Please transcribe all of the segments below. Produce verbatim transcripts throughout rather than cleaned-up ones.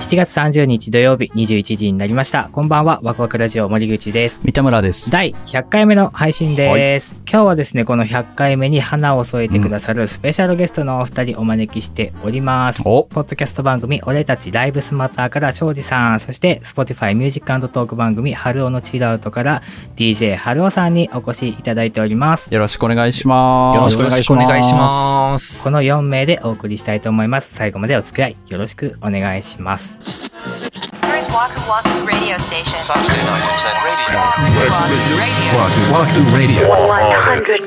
しちがつさんじゅうにち土曜日にじゅういちじになりました。こんばんは、ワクワクラジオ森口です。 三田村です。 だいひゃっかいめの配信です、はい、今日はですね、このひゃっかいめに花を添えてくださるスペシャルゲストのお二人お招きしております。ポッドキャスト番組俺たちライブスマターから庄司さん、そして Spotify ミュージック&トーク番組春尾のチルアウトから ディージェー 春尾さんにお越しいただいております。 よろしくお願いします。 よろしくお願いします。お願いします。 このよんめいでお送りしたいと思います。最後までお付き合いよろしくお願いします。 Waku Waku Radio Station. Saturday night at ten radio. Waku Waku Radio. one hundred.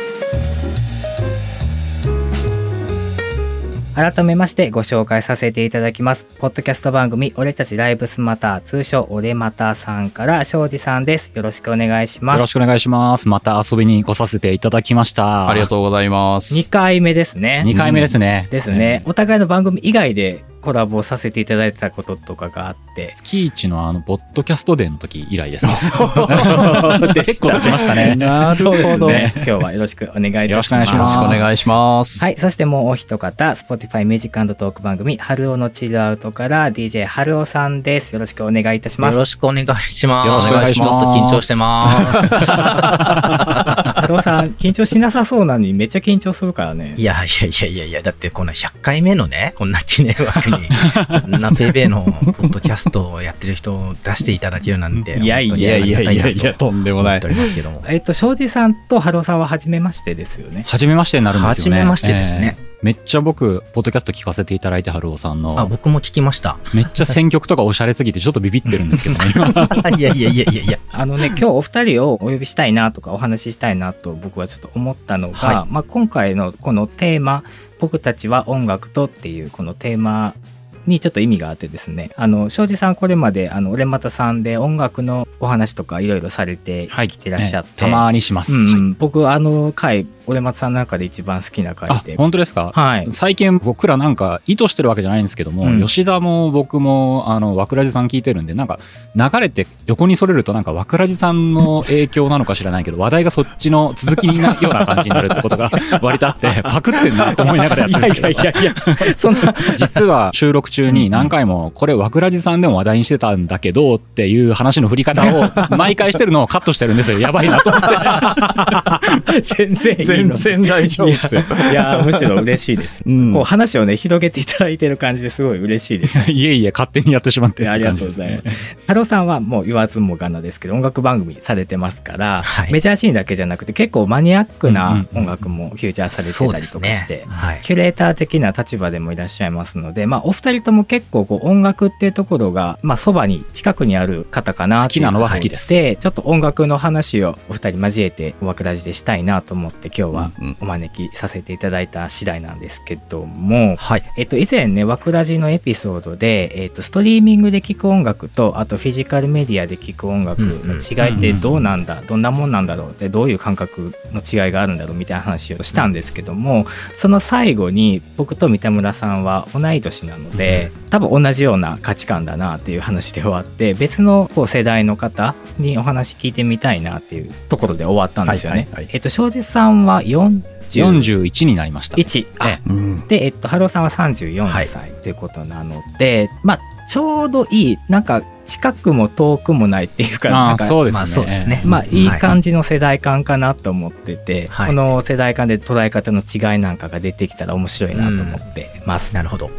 改めましてご紹介させていただきます。ポッドキャスト番組俺たちライブスマター、通称俺マタさんから庄司さんです。よろしくお願いします。 よろしくお願いします。また遊びに来させていただきました。 ありがとうございます。 にかいめですね。 にかいめですね、 うん、ですね、お互いの番組以外でコラボさせていただいたこととかがあって、 月一のあのポッドキャストデーの時以来です。 結構経ちましたね。 なるほど、ね、今日はよろしくお願いいたします。 よろしくお願いします。 はい、そしてもうお一方、Spotify ミュージック&トーク番組春尾のチルアウトから ディージェー 春尾さんです。よろしくお願いいたします。 よろしくお願いします。 よろしくお願いします。 ちょっと緊張してます。 春尾さん緊張しなさそうなのにめっちゃ緊張するからね。 いやいやいやいやいや、だってこのひゃっかいめのね、こんな記念枠にこんなペイペイのポッドキャストをやってる人を出していただけるなんていやいやいやいやいや、 とんでもない。 えっと庄司さんと春尾さんは初めましてですよね。 初めましてになるんですよね。 初めましてですね、 えーめっちゃ僕ポッドキャスト聞かせていただいて、春尾さんの。 あ、僕も聞きました。 めっちゃ選曲とかおしゃれすぎてちょっとビビってるんですけどね。 いやいやいやいやいや、 あのね、今日お二人をお呼びしたいなとかお話ししたいなと僕はちょっと思ったのが、はい、まあ今回のこのテーマ、僕たちは音楽とっていうこのテーマにちょっと意味があってですね、あの庄司さんこれまであの俺またさんで音楽のお話とかいろいろされてきてらっしゃって、 はいね、たまにします、 うん、 はい、 僕あの回俺松さんの中で一番好きな回で。 あ、本当ですか。 はい。 最近僕らなんか意図してるわけじゃないんですけども、うん、吉田も僕もあのわくらじさん聞いてるんで、なんか流れて横にそれるとなんかわくらじさんの影響なのか知らないけど話題がそっちの続きになるような感じになるってことが割とあってパクってんなと思いながらやってるんですけど。いやいやいやいや、そんな実は収録中に何回もこれわくらじさんでも話題にしてたんだけどっていう話の振り方を毎回してるのをカットしてるんですよ。やばいなと思って。 全然いいの。 全然大丈夫。 いやむしろ嬉しいです、うん、こう話をね広げていただいてる感じですごい嬉しいです。 いえいえ、勝手にやってしまってってありがとうございます。春尾さんはもう言わずもがなですけど音楽番組されてますから、はい、メジャーシーンだけじゃなくて結構マニアックな音楽もフューチャーされてたりとかして、うんうんね、はい、キュレーター的な立場でもいらっしゃいますので、まあ、お二人とも結構こう音楽っていうところが、まあ、そばに近くにある方かなっていう。 好きなのは好きです。 でちょっと音楽の話をお二人交えておわくらじでしたいなと思って今日はお招きさせていただいた次第なんですけども、はい、えっと、以前ねわくらじのエピソードで、えっと、ストリーミングで聴く音楽とあとフィジカルメディアで聴く音楽の違いってどうなんだ、どんなもんなんだろうで、どういう感覚の違いがあるんだろうみたいな話をしたんですけども、その最後に僕と三田村さんは同い年なので多分同じような価値観だなっていう話で終わって、別のこう世代の方にお話聞いてみたいなっていうところで終わったんですよね。はいはいはい、えっと、庄司さんはよんじゅうよんじゅういちになりました。 いち、あ、ええ、うん、で、えっと、春尾さんはさんじゅうよんさい、はい、ということなので、まあちょうどいい、なんか近くも遠くもないっていうか、なんかそうですね、 まあそうですね、 まあいい感じの世代間かなと思ってて、はい、この世代間で捉え方の違いなんかが出てきたら面白いなと思ってます。 なるほど。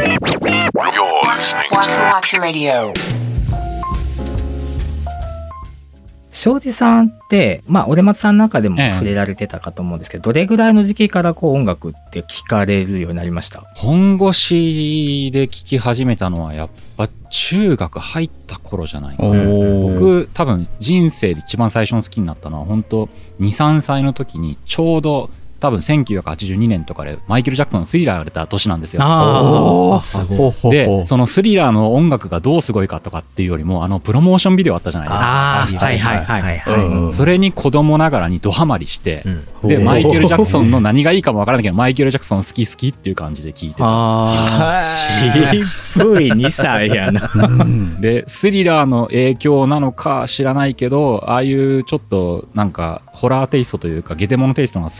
庄司さんって、まあ、俺松さんの中でも触れられてたかと思うんですけど、ええ、どれぐらいの時期からこう音楽って聞かれるようになりました？ 本腰で聞き始めたのはやっぱ中学入った頃じゃないかな。僕多分人生で一番最初の好きになったのは本当に、さんさいの時にちょうど多分せんきゅうひゃくはちじゅうにねんとかでマイケル・ジャクソンのスリラーが出た年なんですよ。 あーでそのスリラーの音楽がどうすごいかとかっていうよりもあのプロモーションビデオあったじゃないですか。 あはいはいはいはい。 それに子供ながらにドハマりして、うん、でマイケル・ジャクソンの何がいいかもわからないけどマイケル・ジャクソン好き好きっていう感じで聞いてた。 あ渋いにさいやな。 でスリラーの影響なのか知らないけどああいうちょっとなんかホラーテイストというかゲテモノテイストが好きでそのま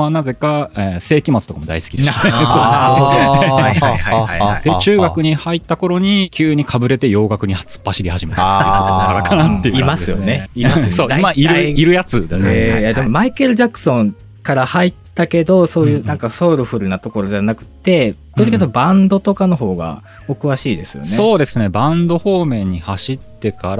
はなぜか、えー、世紀末とかも大好きでしたね。 はいはいはいはい。 で中学に入った頃に急にかぶれて洋楽に突っ走り始めたっていうところからかなっていう感じですね。 いますよね。いますよね。 そう今いるいるやつですね。 えー、いやでもマイケル・ジャクソンから入ったけどそういうなんかソウルフルなところじゃなくて、どっちかというとバンドとかの方がお詳しいですよね。 そうですね。バンド方面に走ってから、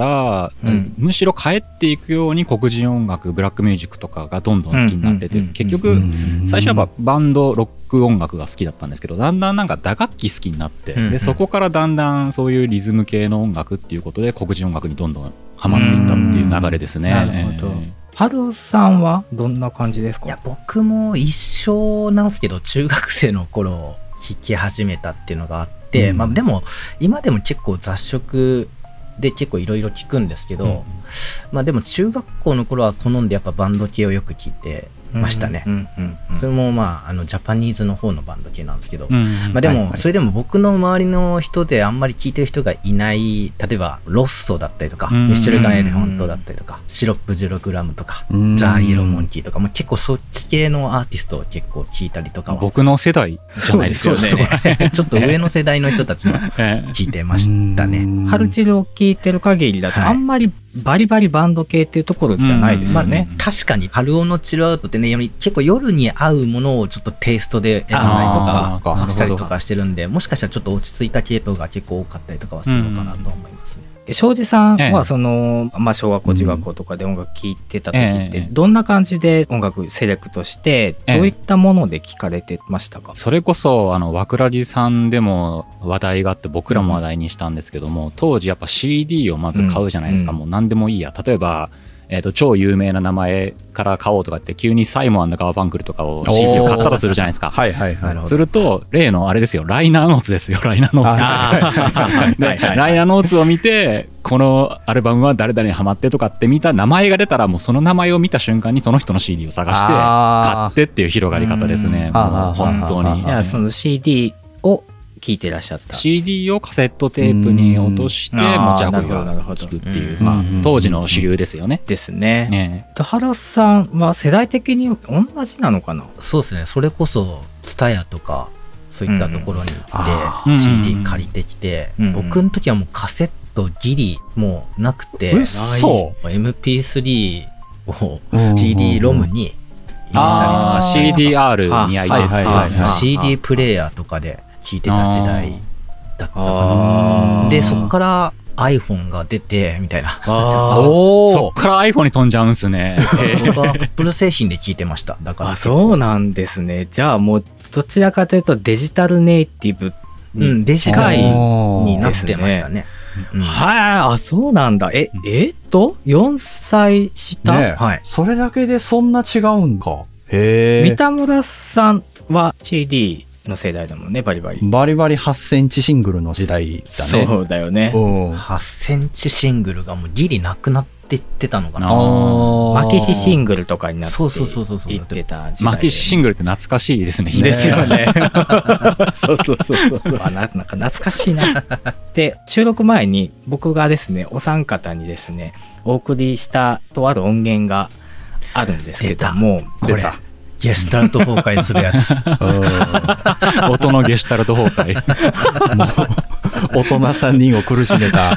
うん、むしろ帰っていくように黒人音楽ブラックミュージックとかがどんどん好きになってて、結局最初はやっぱバンドロック音楽が好きだったんですけど、だんだんなんか打楽器好きになって、でそこからだんだんそういうリズム系の音楽っていうことで黒人音楽にどんどんハマっていったっていう流れですね。 なるほど。えーハルさんはどんな感じですか？ いや僕も一緒なんですけど、中学生の頃聴き始めたっていうのがあって、うん、まあでも今でも結構雑食で結構いろいろ聞くんですけど、うん、まあでも中学校の頃は好んでやっぱバンド系をよく聴いてましたね。それもまああのジャパニーズの方のバンド系なんですけど、うん、まあでもそれでも僕の周りの人であんまり聴いてる人がいない、例えばロッソだったりとか、うん、ミッシェルガン・エレファントだったりとか、シロップじゅうろくグラムとか、うん、ザ・イエロー・モンキーとかも結構そっち系のアーティストを結構聴いたりとかは。 僕の世代じゃないですよね。 そうですね。ちょっと上の世代の人たちは聴いてましたね。 ハルチルを聴いてる限りだとあんまりバリバリバンド系っていうところじゃないですよね。 うんまあ、確かにハルオのチルアウトってね、結構夜に合うものをちょっとテイストで選んだりとかしたりとかしてるんで、もしかしたらちょっと落ち着いた系統が結構多かったりとかはするのかなと思いますね。 庄司さんはその、ええまあ、小学校中学校とかで音楽聴いてた時ってどんな感じで音楽セレクトしてどういったもので聴かれてましたか？ ええ、それこそあのワクラジさんでも話題があって僕らも話題にしたんですけども、当時やっぱ シーディー をまず買うじゃないですか、うん、もう何でもいいや、例えばえー、と超有名な名前から買おうとかって急にサイモン&ガーファンクルとかを シーディー を買ったとするじゃないですか。はいはいはい。すると例のあれですよ、ライナーノーツですよ、ライナーノーツ。でライナーノーツを見てこのアルバムは誰々にハマってとかって見た名前が出たらもうその名前を見た瞬間にその人の シーディー を探して買ってっていう広がり方ですね。もう本当に。 いやその シーディー を聞いてらっしゃったシーディー をカセットテープに落として持ち運びを聞くっていう、まあ、当時の主流ですよね。 ですね。ね原さんは世代的に同じなのかな？ そうですね。それこそTSUTAYAとかそういったところに行って シーディー 借りてきて、うんうん、僕の時はもうカセットギリもうなくて、 うっそエムピースリー を シーディー ロムに入れたりとかシーディーアール に焼いて、 シーディー プレイヤーとかで聞いてた時代だったかな。でそっから iPhone が出てみたいな。 あおそっから iPhone に飛んじゃうんすね。 僕は Apple 製品で聞いてました。だからあそうなんですね。じゃあもうどちらかというとデジタルネイティブに近いになってましたね。 うん、はい、あ、そうなんだ。え、えっと、よんさい下、 ね、はい。それだけでそんな違うんか。へえ。 三田村さんは シーディーの世代だもんね、バリバリ。 バリバリはちセンチシングルの時代だね。 そうだよね。 はちセンチシングルがもうギリなくなっていってたのかな。 マキシシングルとかになっていってた時代。 マキシシングルって懐かしいですね。 ですよね。そうそうそうそう。あ、なんか懐かしいな。で、収録前に僕がですね、お三方にですね、お送りしたとある音源があるんですけども、 これ。ゲシュタルト崩壊するやつ。 音のゲシュタルト崩壊。 もう大人さんにんを苦しめた。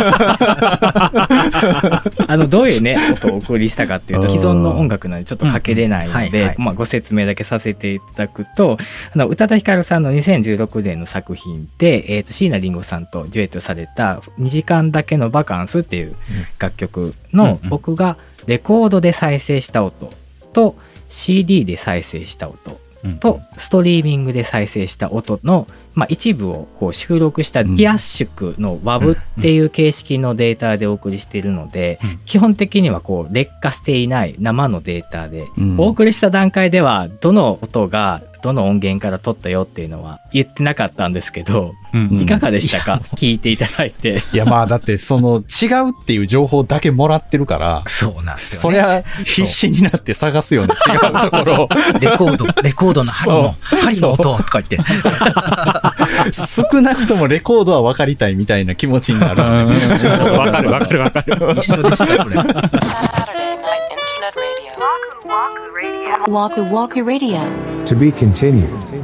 あのどういうね音をお送りしたかっていうと、既存の音楽なのでちょっとかけれないので、まあご説明だけさせていただくと、あの宇多田ヒカルさんのにせんじゅうろくねんの作品で、えっと椎名林檎さんとデュエットされたにじかんだけのバカンスっていう楽曲の、僕がレコードで再生した音と シーディー で再生した音とストリーミングで再生した音の、まあ、一部をこう収録したリ圧縮の ダブリュー っていう形式のデータでお送りしているので、基本的にはこう劣化していない生のデータで、お送りした段階ではどの音がどの音源から取ったよっていうのは言ってなかったんですけど、うんうん、いかがでしたか？聞いていただいて。 いやまあだってその違うっていう情報だけもらってるから、 そうなんですよね。 そりゃ必死になって探すよね、違うところを。 レコード、レコードの針の、針の音とか言って。 少なくともレコードは分かりたいみたいな気持ちになる。 わかるわかるわかる。 一緒でした、これ。 Saturday Night Internet Radio. Waku Waku Radio. To be continued.